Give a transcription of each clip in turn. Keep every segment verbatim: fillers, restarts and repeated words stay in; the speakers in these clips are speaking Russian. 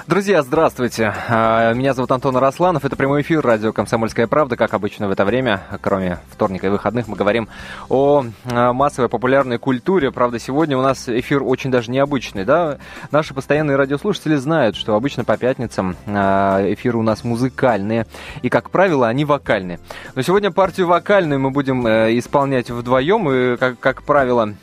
Друзья, здравствуйте. Меня зовут Антон Арасланов. Это прямой эфир радио «Комсомольская правда». Как обычно в это время, кроме вторника и выходных, мы говорим о массовой популярной культуре. Правда, сегодня у нас эфир очень даже необычный. Да? Наши постоянные радиослушатели знают, что обычно по пятницам эфиры у нас музыкальные. И, как правило, они вокальные. Но сегодня партию вокальную мы будем исполнять вдвоем. И, как, как правило...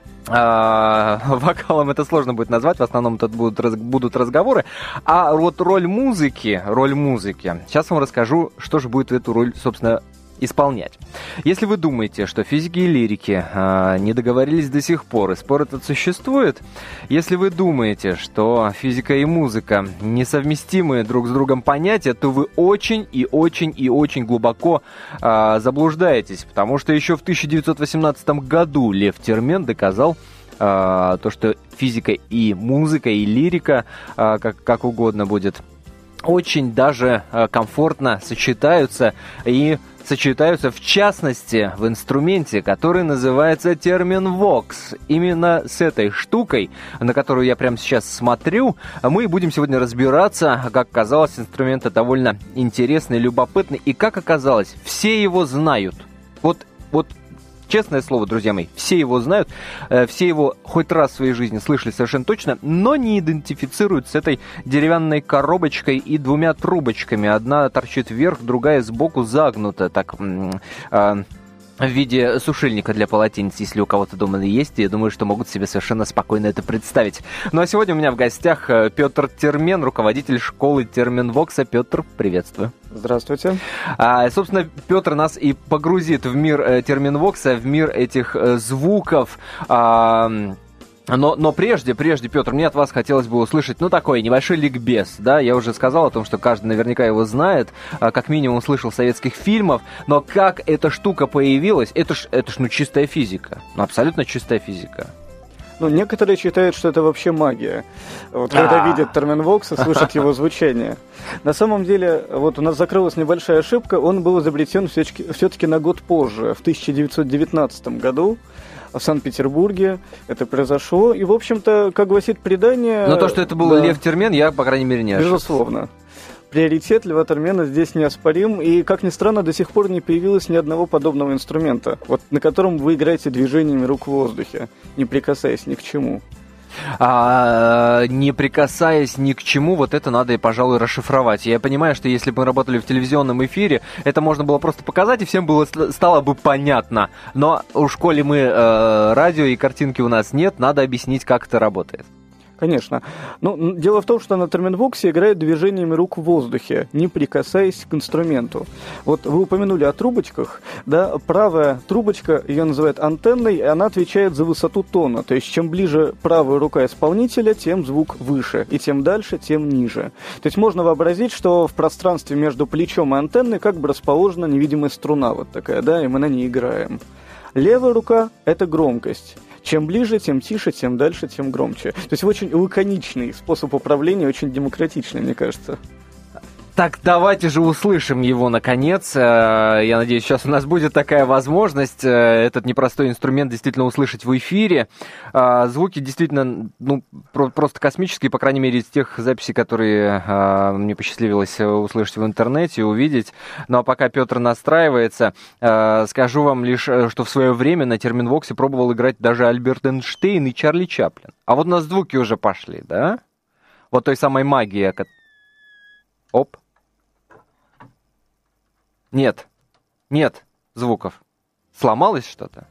А, вокалом это сложно будет назвать, в основном тут будут, раз, будут разговоры. А вот роль музыки, роль музыки, сейчас вам расскажу, что же будет эту роль, собственно, исполнять. Если вы думаете, что физики и лирики а, не договорились до сих пор, и спор этот существует, если вы думаете, что физика и музыка несовместимые друг с другом понятия, то вы очень и очень и очень глубоко а, заблуждаетесь, потому что еще в тысяча девятьсот восемнадцатом году Лев Термен доказал а, то, что физика и музыка, и лирика, а, как, как угодно будет, очень даже а, комфортно сочетаются и сочетаются, в частности, в инструменте, который называется терминвокс. Именно с этой штукой, на которую я прямо сейчас смотрю, мы будем сегодня разбираться. Как оказалось, инструмент довольно интересный, любопытный. И как оказалось, все его знают. Вот, вот честное слово, друзья мои, все его знают, все его хоть раз в своей жизни слышали совершенно точно, но не идентифицируют с этой деревянной коробочкой и двумя трубочками. Одна торчит вверх, другая сбоку загнута, так... Э, в виде сушильника для полотенец, если у кого-то дома есть, я думаю, что могут себе совершенно спокойно это представить. Ну а сегодня у меня в гостях Петр Термен, руководитель школы Терминвокса. Петр, приветствую. Здравствуйте. А, собственно, Петр нас и погрузит в мир э, Терминвокса, в мир этих э, звуков. А, Но, но прежде, прежде, Петр, мне от вас хотелось бы услышать, ну, такой небольшой ликбез, да, я уже сказал о том, что каждый наверняка его знает, как минимум слышал советских фильмов, но как эта штука появилась, это ж, это ж ну, чистая физика, ну, абсолютно чистая физика. Ну, некоторые считают, что это вообще магия. Вот, когда видят терминвокс и слышат его звучание. На самом деле, вот у нас закрылась небольшая ошибка, он был изобретен все-таки, все-таки на год позже, в тысяча девятьсот девятнадцатом году. В Санкт-Петербурге это произошло. И, в общем-то, как гласит предание... Но то, что это был да, Лев Термен, я, по крайней мере, не ошибся. Безусловно. Приоритет Льва Термена здесь неоспорим. И, как ни странно, до сих пор не появилось ни одного подобного инструмента, вот, на котором вы играете движениями рук в воздухе, не прикасаясь ни к чему. А, не прикасаясь ни к чему, вот это надо, пожалуй, расшифровать. Я понимаю, что если бы мы работали в телевизионном эфире, это можно было просто показать, и всем было, стало бы понятно. Но у школе мы э, радио и картинки у нас нет, надо объяснить, как это работает. Конечно. Ну, дело в том, что на терминвоксе играют движениями рук в воздухе, не прикасаясь к инструменту. Вот вы упомянули о трубочках, да, правая трубочка, ее называют антенной, и она отвечает за высоту тона, то есть чем ближе правая рука исполнителя, тем звук выше, и тем дальше, тем ниже. То есть можно вообразить, что в пространстве между плечом и антенной как бы расположена невидимая струна вот такая, да, и мы на ней играем. Левая рука – это громкость. Чем ближе, тем тише, тем дальше, тем громче. То есть очень лаконичный способ управления, очень демократичный, мне кажется. Так, давайте же услышим его, наконец. Я надеюсь, сейчас у нас будет такая возможность этот непростой инструмент действительно услышать в эфире. Звуки действительно ну, просто космические, по крайней мере, из тех записей, которые мне посчастливилось услышать в интернете, увидеть. Ну а пока Петр настраивается, скажу вам лишь, что в свое время на терминвоксе пробовал играть даже Альберт Эйнштейн и Чарли Чаплин. А вот у нас звуки уже пошли, да? Вот той самой магии. Оп. Нет, нет звуков. Сломалось что-то?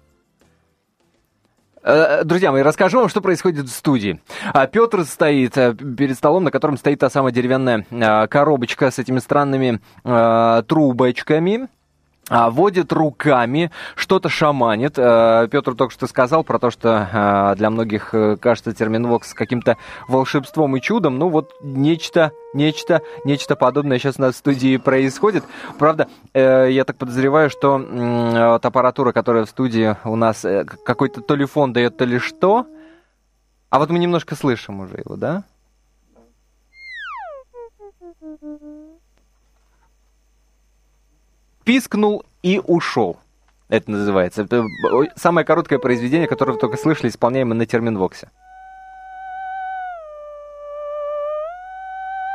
Друзья мои, расскажу вам, что происходит в студии. Петр стоит перед столом, на котором стоит та самая деревянная коробочка с этими странными трубочками. Водит руками, что-то шаманит. Петр только что сказал про то, что для многих кажется терминвокс каким-то волшебством и чудом. Ну вот нечто, нечто, нечто подобное сейчас у нас в студии происходит. Правда, я так подозреваю, что вот аппаратура, которая в студии у нас, какой-то то ли фон дает, то ли что. А вот мы немножко слышим уже его, да? Пискнул и ушел. Это называется. Это самое короткое произведение, которое вы только слышали, исполняемое на терминвоксе.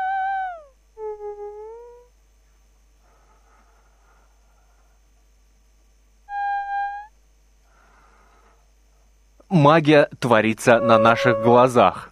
магия творится на наших глазах.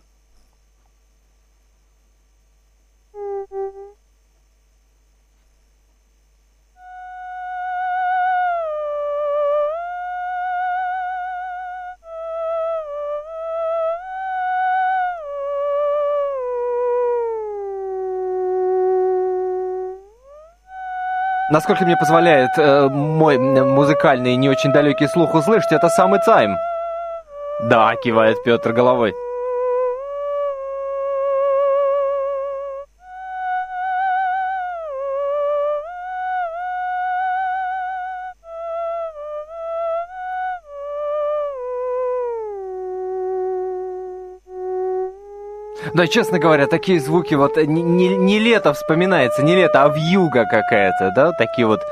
Насколько мне позволяет э, мой музыкальный не очень далекий слух услышать, это самый тайм. Да, кивает Петр головой. Да, честно говоря, такие звуки, вот не, не, не лето вспоминается, не лето, а вьюга какая-то, да, такие вот.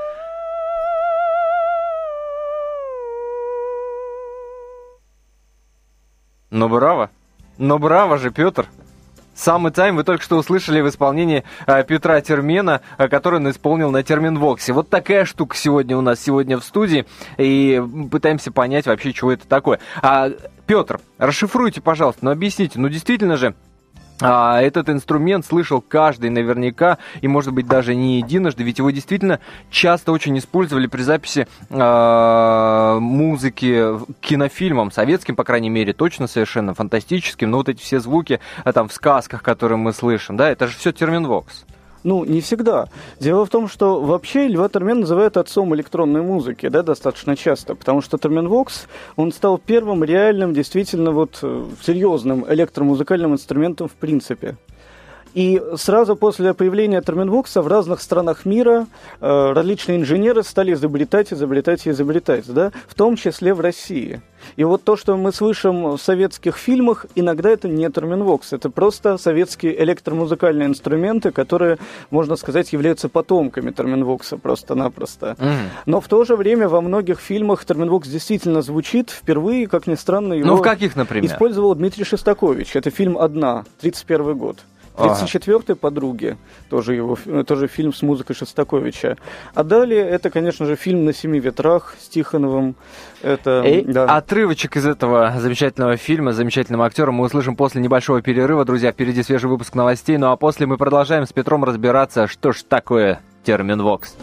Ну, браво. Ну, браво же, Петр. Самый тайм вы только что услышали в исполнении э, Петра Термена, э, который он исполнил на Терменвоксе. Вот такая штука сегодня у нас сегодня в студии, и пытаемся понять вообще, чего это такое. А, Петр, расшифруйте, пожалуйста, ну объясните, ну действительно же, А, этот инструмент слышал каждый наверняка, и, может быть, даже не единожды, ведь его действительно часто очень использовали при записи э, музыки к кинофильмам, советским, по крайней мере, точно совершенно фантастическим, но вот эти все звуки а, там в сказках, которые мы слышим, да, это же все Терменвокс. Ну, не всегда. Дело в том, что вообще Льва Термена называют отцом электронной музыки, да, достаточно часто, потому что Терменвокс, он стал первым реальным, действительно вот серьезным электромузыкальным инструментом в принципе. И сразу после появления Терменвокса в разных странах мира э, различные инженеры стали изобретать, изобретать и изобретать, да, в том числе в России. И вот то, что мы слышим в советских фильмах, иногда это не Терменвокс, это просто советские электромузыкальные инструменты, которые, можно сказать, являются потомками Терменвокса просто-напросто. Mm. Но в то же время во многих фильмах Терменвокс действительно звучит впервые, как ни странно, его ну, в каких, например? использовал Дмитрий Шостакович. Это фильм «Одна», тридцать первый год. тридцать четвёртый «Подруги», тоже, его, тоже фильм с музыкой Шостаковича. А далее это, конечно же, фильм «На семи ветрах» с Тихоновым. Это, Эй, да. Отрывочек из этого замечательного фильма с замечательным актером мы услышим после небольшого перерыва. Друзья, впереди свежий выпуск новостей. Ну а после мы продолжаем с Петром разбираться, что ж такое Терменвокс.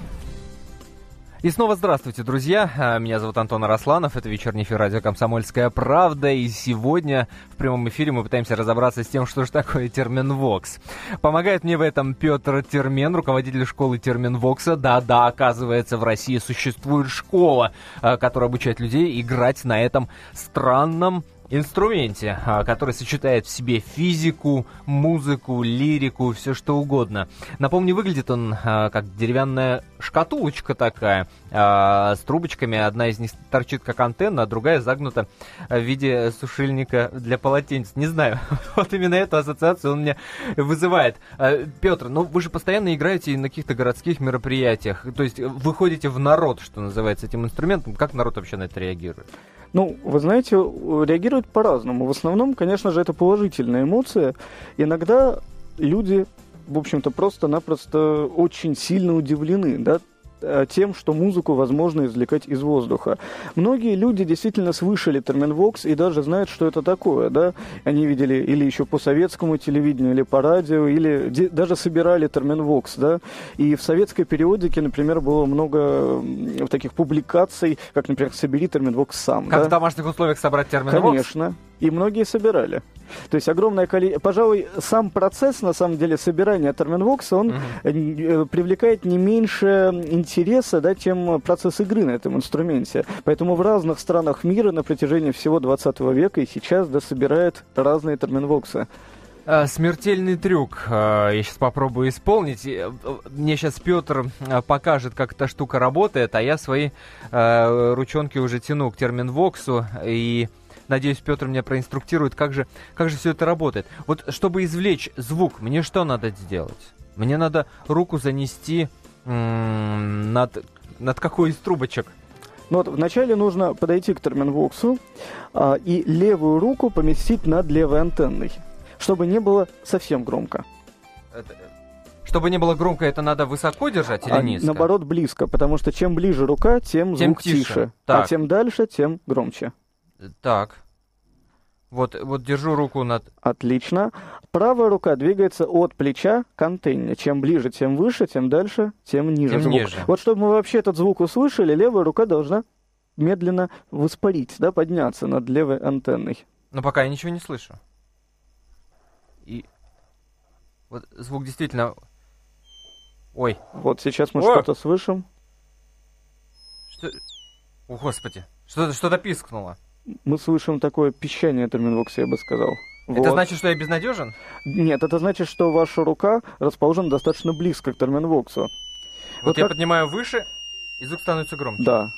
И снова здравствуйте, друзья. Меня зовут Антон Арасланов. Это вечерний эфир радио «Комсомольская правда». И сегодня в прямом эфире мы пытаемся разобраться с тем, что же такое Терменвокс. Помогает мне в этом Петр Термен, руководитель школы Терменвокса. Да-да, оказывается, в России существует школа, которая обучает людей играть на этом странном инструменте, который сочетает в себе физику, музыку, лирику, все что угодно. Напомню, выглядит он как деревянная шкатулочка такая, с трубочками. Одна из них торчит как антенна, а другая загнута в виде сушильника для полотенец. Не знаю, вот именно эту ассоциацию он меня вызывает. Петр, ну вы же постоянно играете на каких-то городских мероприятиях, то есть вы ходите в народ, что называется, этим инструментом. Как народ вообще на это реагирует? Ну, вы знаете, реагируют по-разному. В основном, конечно же, это положительная эмоция. Иногда люди, в общем-то, просто-напросто очень сильно удивлены, да, тем, что музыку возможно извлекать из воздуха. Многие люди действительно слышали Терменвокс и даже знают, что это такое, да. Они видели или еще по советскому телевидению, или по радио, или де- даже собирали Терменвокс, да. И в советской периодике, например, было много таких публикаций, как, например, «Собери Терменвокс сам». Как да? в домашних условиях собрать Терменвокс? Конечно. И многие собирали. То есть огромное количество... Пожалуй, сам процесс, на самом деле, собирания Терменвокса, он uh-huh. привлекает не меньше интереса, да, чем процесс игры на этом инструменте. Поэтому в разных странах мира на протяжении всего двадцатого века и сейчас, да, собирают разные Терменвоксы. Смертельный трюк. Я сейчас попробую исполнить. Мне сейчас Петр покажет, как эта штука работает, а я свои ручонки уже тяну к Терменвоксу и... Надеюсь, Петр меня проинструктирует, как же, как же все это работает. Вот, чтобы извлечь звук, мне что надо сделать? Мне надо руку занести м- над, над какой из трубочек? Ну вот, вначале нужно подойти к Терменвоксу а, и левую руку поместить над левой антенной, чтобы не было совсем громко. Это... Чтобы не было громко, это надо высоко держать или а, низко? Наоборот, близко, потому что чем ближе рука, тем, тем звук тише, тише. А тем дальше, тем громче. Так, Вот, вот держу руку над... Отлично. Правая рука двигается от плеча к антенне. Чем ближе, тем выше, тем дальше, тем ниже Тем звук. ниже. Вот чтобы мы вообще этот звук услышали, левая рука должна медленно воспарить, да, подняться над левой антенной. Но пока я ничего не слышу. И вот звук действительно... Ой. Вот сейчас мы О! что-то слышим. Что... О, Господи. Что-то, что-то пискнуло. Мы слышим такое пищание терминвокса, я бы сказал. Это Вот. значит, что я безнадежен? Нет, это значит, что ваша рука расположена достаточно близко к терминвоксу. Вот, Вот я как- поднимаю выше, и звук становится громче. Да.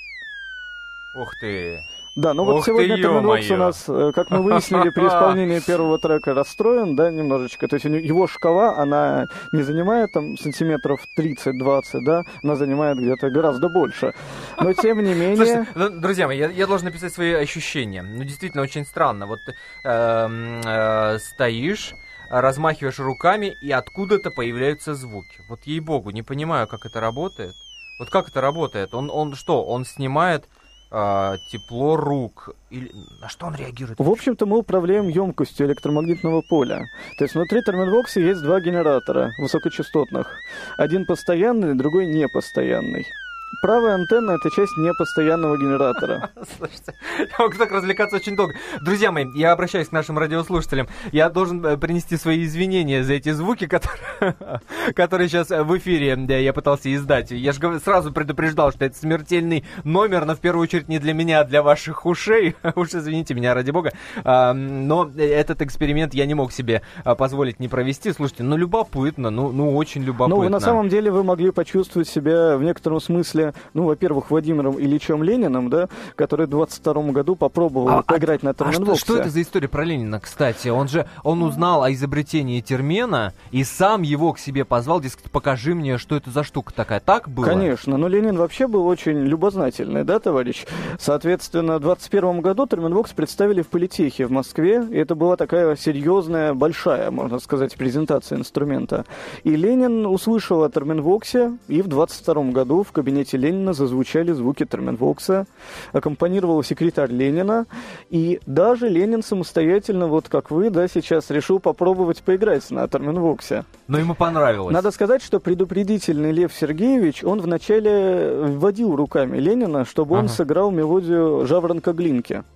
Ух ты. Да, ну Ох вот ты, сегодня терминвокс у ё-моё. нас, э, как мы выяснили при исполнении первого трека, расстроен, да, немножечко. То есть у него- его шкала, она не занимает там сантиметров тридцать-двадцать, да, она занимает где-то гораздо больше. Но тем не менее... Слушайте, ну, друзья мои, я, я должен написать свои ощущения. Ну, действительно, очень странно. Вот ты эм, э, стоишь, размахиваешь руками, и откуда-то появляются звуки. Вот ей-богу, не понимаю, как это работает. Вот как это работает? Он, он что, он снимает э, тепло рук? Или на что он реагирует? В общем-то, мы управляем емкостью электромагнитного поля. То есть внутри терминвокса есть два генератора высокочастотных. Один постоянный, другой непостоянный. Правая антенна — это часть непостоянного генератора. Слушайте, я могу так развлекаться очень долго. Друзья мои, я обращаюсь к нашим радиослушателям. Я должен э, принести свои извинения за эти звуки, которые, которые сейчас в эфире да, я пытался издать. Я же гов- сразу предупреждал, что это смертельный номер, но в первую очередь не для меня, а для ваших ушей. Уж извините меня, ради бога. А, но этот эксперимент я не мог себе а, позволить не провести. Слушайте, ну любопытно, ну, ну очень любопытно. Ну, на самом деле вы могли почувствовать себя в некотором смысле, ну, во-первых, Владимиром Ильичем Лениным, да, который в двадцать втором году попробовал А- поиграть на А что, терминвоксе. что это за история про Ленина, кстати? Он же, он узнал о изобретении термена и сам его к себе позвал, дескать, покажи мне, что это за штука такая. Так было? Конечно, но Ленин вообще был очень любознательный, да, товарищ? Соответственно, в двадцать первом году терминвокс представили в Политехе в Москве, и это была такая серьезная, большая, можно сказать, презентация инструмента. И Ленин услышал о терминвоксе, и в двадцать втором году в кабинете Ленина зазвучали звуки терминвокса, аккомпанировал секретарь Ленина, и даже Ленин самостоятельно, вот как вы, да, сейчас решил попробовать поиграть на терминвоксе. Но ему понравилось. Надо сказать, что предупредительный Лев Сергеевич, он вначале вводил руками Ленина, чтобы он Ага. сыграл мелодию «Жаворонка Глинки».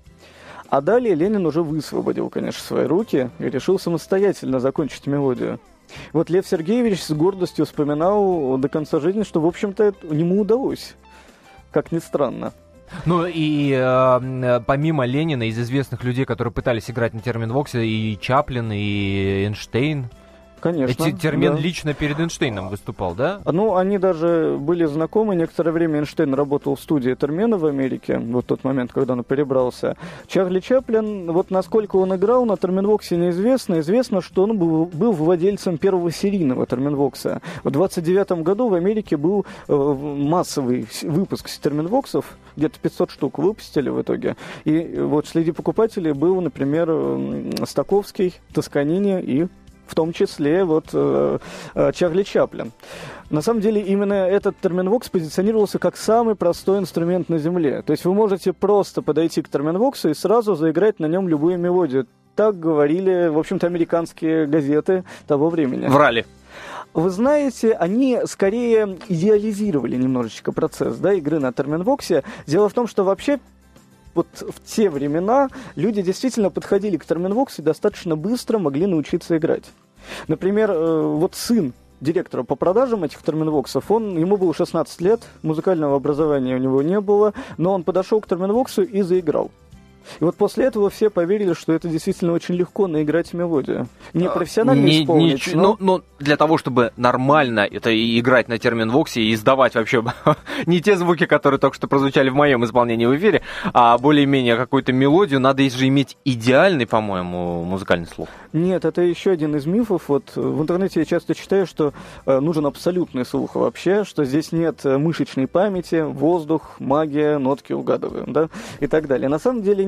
А далее Ленин уже высвободил, конечно, свои руки и решил самостоятельно закончить мелодию. Вот Лев Сергеевич с гордостью вспоминал до конца жизни, что, в общем-то, это ему удалось, как ни странно. Ну и э, э, помимо Ленина, из известных людей, которые пытались играть на терминвоксе, и Чаплин, и Эйнштейн. Конечно. Эти термин да. лично перед Эйнштейном выступал, да? Ну, они даже были знакомы. Некоторое время Эйнштейн работал в студии Термена в Америке, вот тот момент, когда он перебрался. Чарли Чаплин, вот насколько он играл на терминвоксе, неизвестно. Известно, что он был, был владельцем первого серийного терминвокса. В двадцать девятом году в Америке был э, массовый с- выпуск терминвоксов, где-то пятьсот штук выпустили в итоге. И вот среди покупателей был, например, м, Стаковский, Тосканини и в том числе вот э, э, Чарли Чаплин. На самом деле именно этот терминвокс позиционировался как самый простой инструмент на Земле. То есть вы можете просто подойти к терминвоксу и сразу заиграть на нем любую мелодию. Так говорили, в общем-то, американские газеты того времени. Врали. Вы знаете, они скорее идеализировали немножечко процесс, да, игры на терминвоксе. Дело в том, что вообще вот в те времена люди действительно подходили к терминвоксу и достаточно быстро могли научиться играть. Например, э, вот сын директора по продажам этих терминвоксов, он, ему было шестнадцать лет, музыкального образования у него не было, но он подошел к терминвоксу и заиграл. И вот после этого все поверили, что это действительно очень легко наиграть мелодию. Не профессионально Не- исполнить, не- но... ну, ну, для того, чтобы нормально это и играть на терминвоксе и издавать вообще не те звуки, которые только что прозвучали в моем исполнении в эфире, а более-менее какую-то мелодию, надо же иметь идеальный, по-моему, музыкальный слух. Нет, это еще один из мифов. Вот э, в интернете я часто читаю, что э, нужен абсолютный слух вообще, что здесь нет э, мышечной памяти, воздух, магия, нотки угадываем, да, и так далее. На самом деле нет.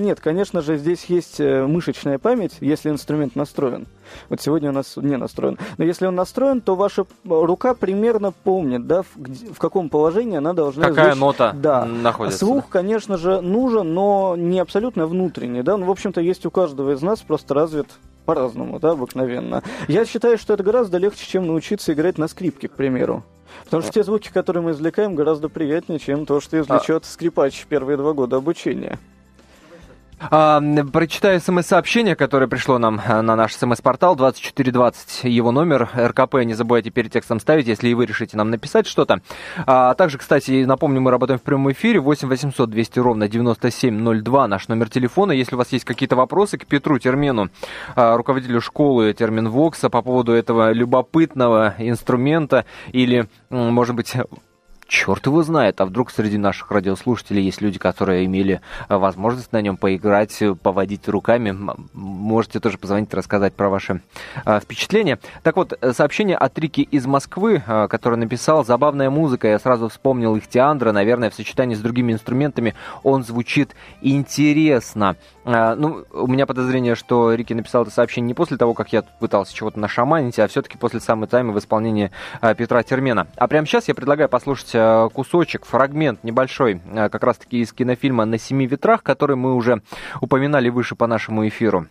нет, конечно же, здесь есть мышечная память, если инструмент настроен. Вот сегодня у нас не настроен. Но если он настроен, то ваша рука примерно помнит, да, в, в каком положении она должна Какая извлечь. нота да. находится. Слух, конечно же, нужен, но не абсолютно внутренний. Да? Ну, в общем-то, есть у каждого из нас, просто развит по-разному, да, обыкновенно. Я считаю, что это гораздо легче, чем научиться играть на скрипке, к примеру. Потому что те звуки, которые мы извлекаем, гораздо приятнее, чем то, что извлечет скрипач в первые два года обучения. А, прочитаю смс-сообщение, которое пришло нам на наш смс-портал двадцать четыре двадцать, его номер эр ка пэ, не забывайте перед текстом ставить, если и вы решите нам написать что-то. А также, кстати, напомню, мы работаем в прямом эфире, восемь восемьсот двести ровно девяносто семь ноль два, наш номер телефона. Если у вас есть какие-то вопросы к Петру Термену, руководителю школы Терменвокса, по поводу этого любопытного инструмента или, может быть... Черт его знает, а вдруг среди наших радиослушателей есть люди, которые имели возможность на нем поиграть, поводить руками. Можете тоже позвонить, рассказать про ваши э, впечатления. Так вот, сообщение от Рики из Москвы, э, который написал: «Забавная музыка, я сразу вспомнил Ихтиандра, наверное, в сочетании с другими инструментами он звучит интересно». Э, ну, у меня подозрение, что Рики написал это сообщение не после того, как я пытался чего-то нашаманить, а все-таки после самой таймы в исполнении э, Петра Термена. А прямо сейчас я предлагаю послушать кусочек, фрагмент небольшой, как раз-таки из кинофильма «На семи ветрах», который мы уже упоминали выше по нашему эфиру.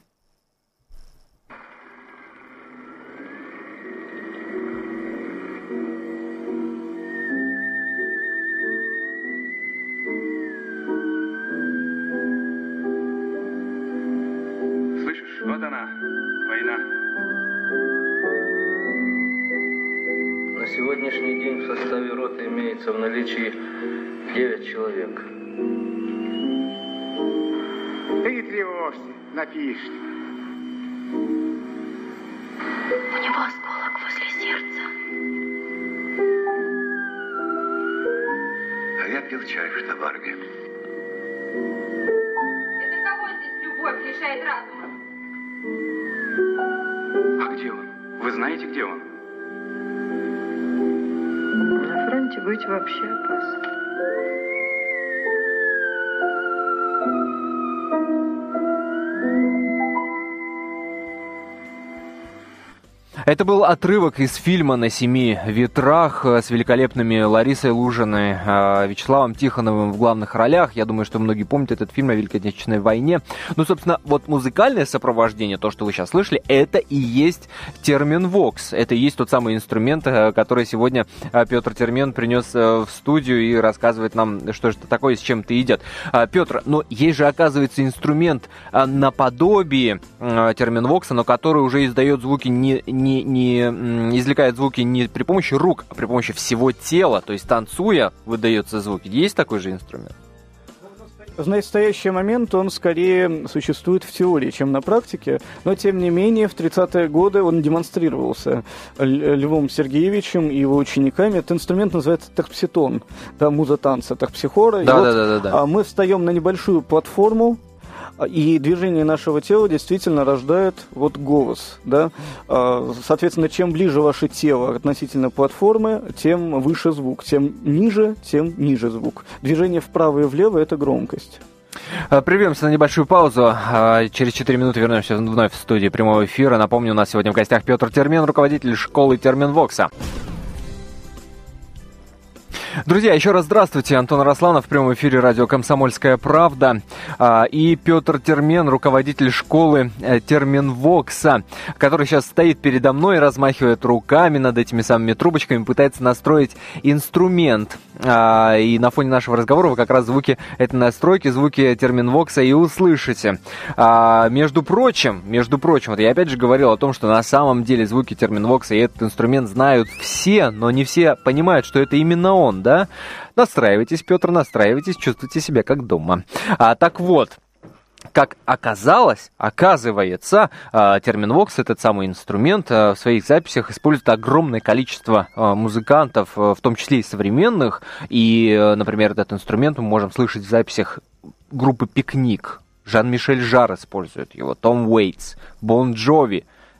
Слышишь, вот она, война. На сегодняшний день в составе роты имеется в наличии девять человек. Ты не тревожься, напишешь. У него осколок возле сердца. А я пил чай в штаб-армии. Это кого здесь любовь лишает разума? А где он? Вы знаете, где он? На фронте быть вообще опасно. Это был отрывок из фильма «На семи ветрах» с великолепными Ларисой Лужиной, Вячеславом Тихоновым в главных ролях. Я думаю, что многие помнят этот фильм о Великой Отечественной войне. Ну, собственно, вот музыкальное сопровождение, то, что вы сейчас слышали, это и есть Терменвокс. Это и есть тот самый инструмент, который сегодня Петр Термен принес в студию и рассказывает нам, что же это такое, с чем это идет. Петр, но есть же, оказывается, инструмент наподобие Терменвокса, но который уже издает звуки не, не Не, не извлекает звуки не при помощи рук, а при помощи всего тела, то есть танцуя выдаются звуки. Есть такой же инструмент? В настоящий момент он скорее существует в теории, чем на практике, но тем не менее в тридцатые годы он демонстрировался Львом Сергеевичем и его учениками. Этот инструмент называется терпситон, да, муза танца, терпсихора. Да, и да, вот, да, да, да. Мы встаем на небольшую платформу, и движение нашего тела действительно рождает вот голос, да. Соответственно, чем ближе ваше тело относительно платформы, тем выше звук, тем ниже, тем ниже звук. Движение вправо и влево – это громкость. Прервемся на небольшую паузу. Через четыре минуты вернемся вновь в студию прямого эфира. Напомню, у нас сегодня в гостях Петр Термен, руководитель школы Терменвокса. Друзья, еще раз здравствуйте. Антон Арасланов в прямом эфире радио «Комсомольская правда». И Петр Термен, руководитель школы Терменвокса, который сейчас стоит передо мной, размахивает руками над этими самыми трубочками, пытается настроить инструмент. И на фоне нашего разговора вы как раз звуки этой настройки, звуки Терменвокса и услышите. Между прочим, между прочим, вот я опять же говорил о том, что на самом деле звуки Терменвокса и этот инструмент знают все, но не все понимают, что это именно он, да? Настраивайтесь, Петр, настраивайтесь, чувствуйте себя как дома. А, так вот, как оказалось, оказывается, Терменвокс, этот самый инструмент, в своих записях использует огромное количество музыкантов, в том числе и современных. И, например, этот инструмент мы можем слышать в записях группы «Пикник». Жан-Мишель Жар использует его, Том Уэйтс, Бон Джови,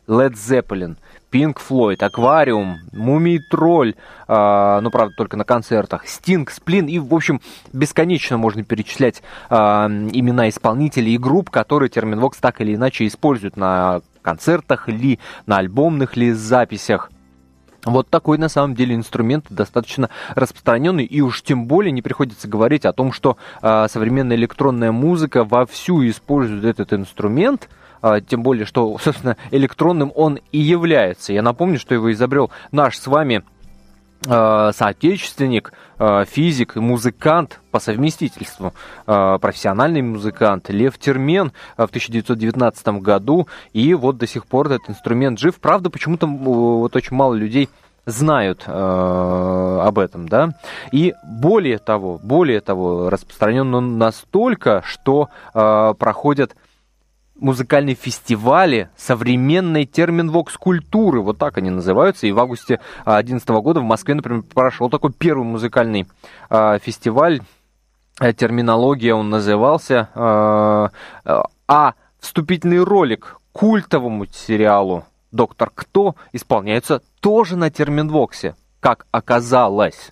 Led Zeppelin, Pink Floyd, Аквариум, Мумий Тролль, э, ну, правда, только на концертах, Стинг, Сплин, и, в общем, бесконечно можно перечислять э, имена исполнителей и групп, которые Terminvox так или иначе используют на концертах ли, на альбомных ли записях. Вот такой, на самом деле, инструмент достаточно распространенный, и уж тем более не приходится говорить о том, что э, современная электронная музыка вовсю использует этот инструмент, э, тем более, что, собственно, электронным он и является. Я напомню, что его изобрел наш с вами э, соотечественник, э, физик и музыкант по совместительству, э, профессиональный музыкант Лев Термен э, в тысяча девятьсот девятнадцатом году, и вот до сих пор этот инструмент жив. Правда, почему-то э, вот очень мало людей знают э, об этом, да, и более того, более того, распространен он настолько, что э, проходят музыкальные фестивали современной терминвокс-культуры, вот так они называются, и в августе две тысячи одиннадцатого года в Москве, например, прошел такой первый музыкальный э, фестиваль, э, терминология он назывался, э, э, а вступительный ролик к культовому сериалу «Доктор Кто» исполняется тоже на терминвоксе, как оказалось.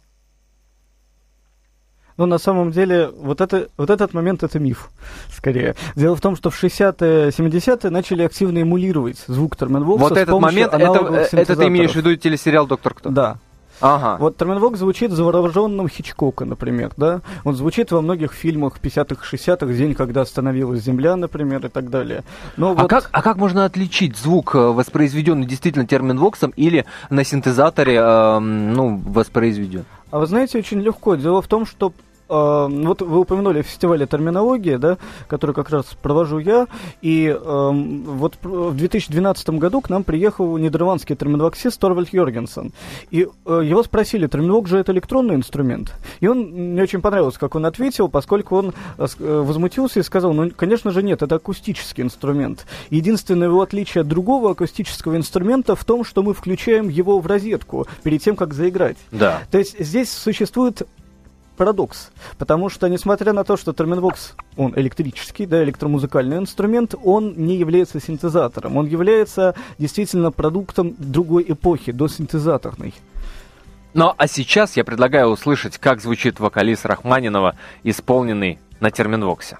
Но на самом деле вот, это, вот этот момент — это миф, скорее. Дело в том, что в шестидесятые, семидесятые начали активно эмулировать звук терминвокса. Вот этот момент, это, это ты имеешь в виду телесериал «Доктор Кто»? Да. Ага. Вот терминвокс звучит завороженным Хичкока, например, да? Он звучит во многих фильмах пятидесятых, шестидесятых, «День, когда остановилась Земля», например, и так далее. Но а, вот... как, а как можно отличить звук, воспроизведенный действительно терминвоксом, или на синтезаторе э, ну, воспроизведен? А вы знаете, очень легко. Дело в том, что Uh, вот вы упомянули фестиваль терминологии, да, который как раз провожу я, и uh, вот в две тысячи двенадцатом году к нам приехал нидерландский терминвоксист Торвальд Йоргенсен, и uh, его спросили, терминвокс же это электронный инструмент, и он, мне очень понравилось, как он ответил, поскольку он uh, возмутился и сказал, ну, конечно же нет, это акустический инструмент. Единственное его отличие от другого акустического инструмента в том, что мы включаем его в розетку перед тем, как заиграть. Да. То есть здесь существует парадокс, потому что, несмотря на то, что терминвокс, он электрический, да, электромузыкальный инструмент, он не является синтезатором, он является действительно продуктом другой эпохи, досинтезаторной. Ну, а сейчас я предлагаю услышать, как звучит вокалист Рахманинова, исполненный на терминвоксе.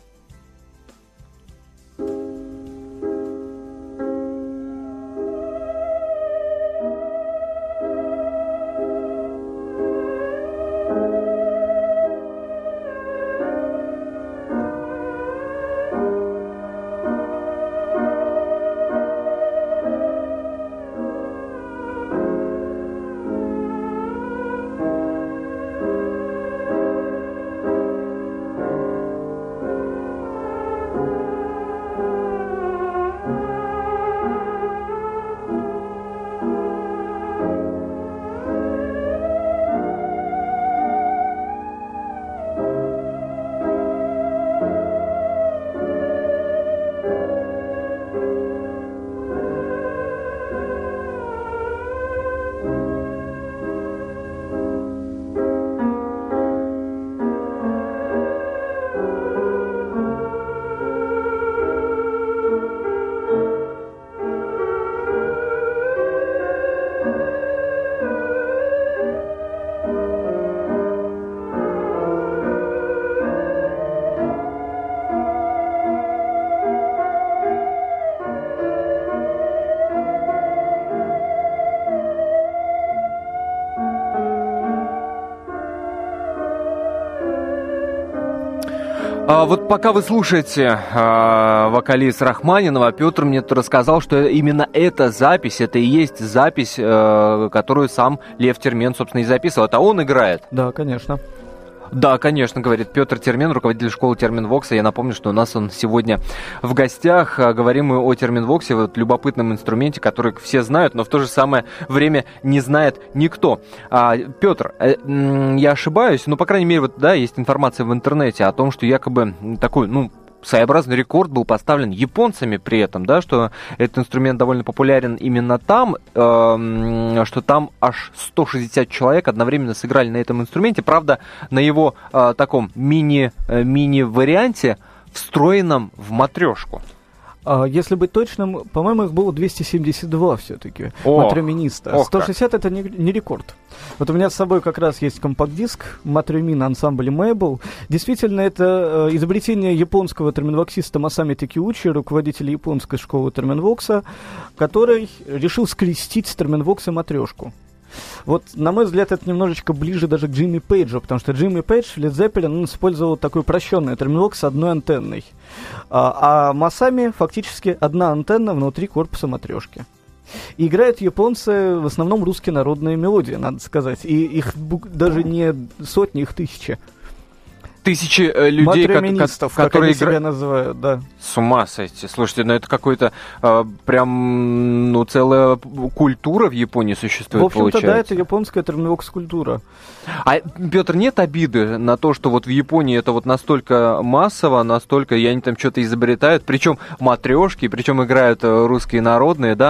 А вот пока вы слушаете э, вокалист Рахманинова, Петр мне рассказал, что именно эта запись, это и есть запись, э, которую сам Лев Термен, собственно, и записывал. Это он играет? Да, конечно. Да, конечно, говорит Петр Термен, руководитель школы Терминвокса. Я напомню, что у нас он сегодня в гостях. Говорим мы о Терминвоксе, вот любопытном инструменте, который все знают, но в то же самое время не знает никто. А, Петр, я ошибаюсь, но, по крайней мере, вот, да, есть информация в интернете о том, что якобы такой, ну, своеобразный рекорд был поставлен японцами при этом, да, что этот инструмент довольно популярен именно там, э, что там аж сто шестьдесят человек одновременно сыграли на этом инструменте. Правда, на его э, таком мини, э, мини-варианте, встроенном в матрешку. А, если быть точным, по-моему, их было двести семьдесят два все-таки О, матреминиста. ох сто шестьдесят это не, не рекорд. Вот у меня с собой как раз есть компакт-диск матремин ансамбля Мэйбл. Действительно, это э, изобретение японского терминвоксиста Масами Такеучи, руководителя японской школы терминвокса, который решил скрестить с терминвокса матрешку. Вот, на мой взгляд, это немножечко ближе даже к Джимми Пейджу, потому что Джимми Пейдж, Led Zeppelin, он использовал такой упрощенный терминвокс с одной антенной. А, а Масами фактически одна антенна внутри корпуса матрешки. И играют японцы в основном русские народные мелодии, надо сказать. И их даже не сотни, их тысячи. Тысячи э, людей, матреминистов, ко- как которые они себя играют. называют, да. С ума сойти. Слушайте, ну это какой-то э, прям, ну, целая культура в Японии существует, В общем-то, получается. да, это японская терминвокс-культура. А, Петр, нет обиды на то, что вот в Японии это вот настолько массово, настолько, и они там что-то изобретают, причем матрешки, причем играют русские народные, да,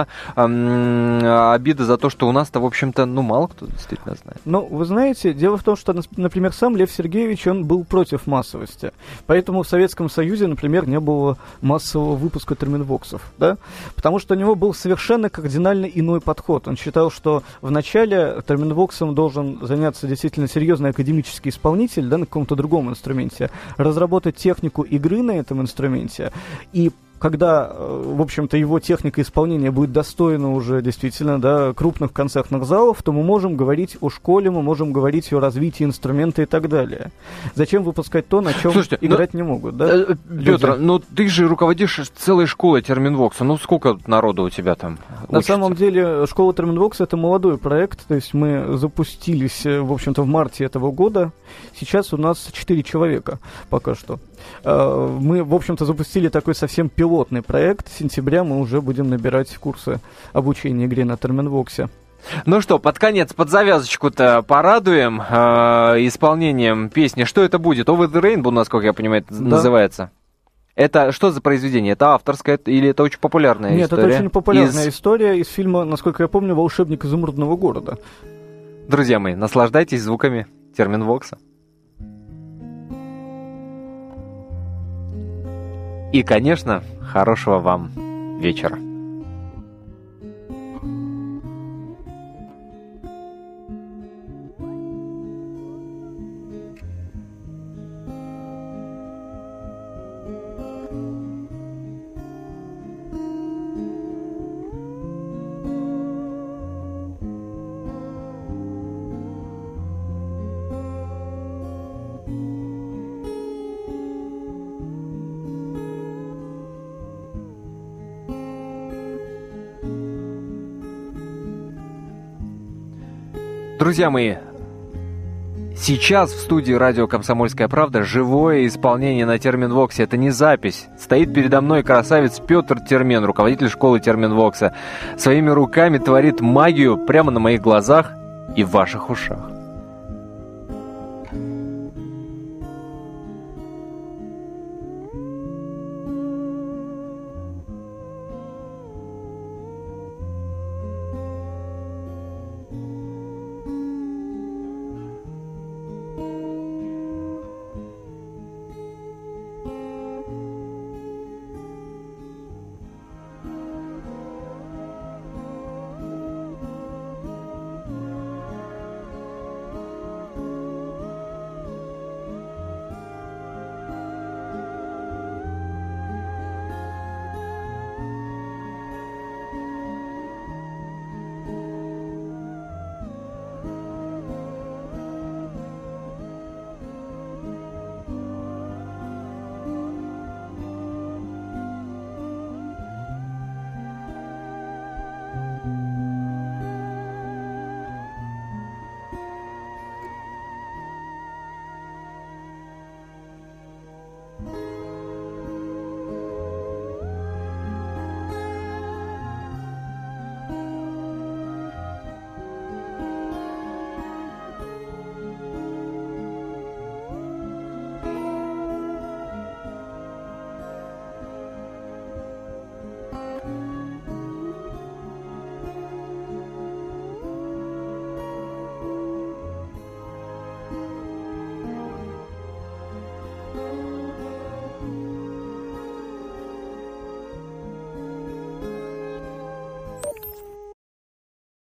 а, обида за то, что у нас-то, в общем-то, ну, мало кто действительно знает. Ну, вы знаете, дело в том, что, например, сам Лев Сергеевич, он был против массовости. Поэтому в Советском Союзе, например, не было массового выпуска терминвоксов, да, потому что у него был совершенно кардинально иной подход. Он считал, что вначале терминвоксом должен заняться действительно серьезный академический исполнитель, да, на каком-то другом инструменте, разработать технику игры на этом инструменте, и когда, в общем-то, его техника исполнения будет достойна уже действительно, да, крупных концертных залов, то мы можем говорить о школе, мы можем говорить о развитии инструмента и так далее. Зачем выпускать то, на чем Слушайте, играть но, не могут, да? Э, Петр, ну ты же руководишь целой школой терминвокса. Ну сколько народу у тебя там учится? На самом деле школа терминвокса — это молодой проект, то есть мы запустились, в общем-то, в марте этого года. Сейчас у нас четыре человека пока что. Мы, в общем-то, запустили такой совсем пилотный проект. С сентября мы уже будем набирать курсы обучения игре на терминвоксе. Ну что, под конец, под завязочку-то порадуем э, исполнением песни. Что это будет? Over the Rainbow, насколько я понимаю, это да. называется. Это что за произведение? Это авторское или это очень популярная Нет, история? Нет, это очень популярная из... история из фильма, насколько я помню, «Волшебник изумрудного города». Друзья мои, наслаждайтесь звуками терминвокса. И, конечно, хорошего вам вечера. Друзья мои, сейчас в студии радио «Комсомольская правда» живое исполнение на терминвоксе. Это не запись. Стоит передо мной красавец Петр Термен, руководитель школы терминвокса. Своими руками творит магию прямо на моих глазах и в ваших ушах.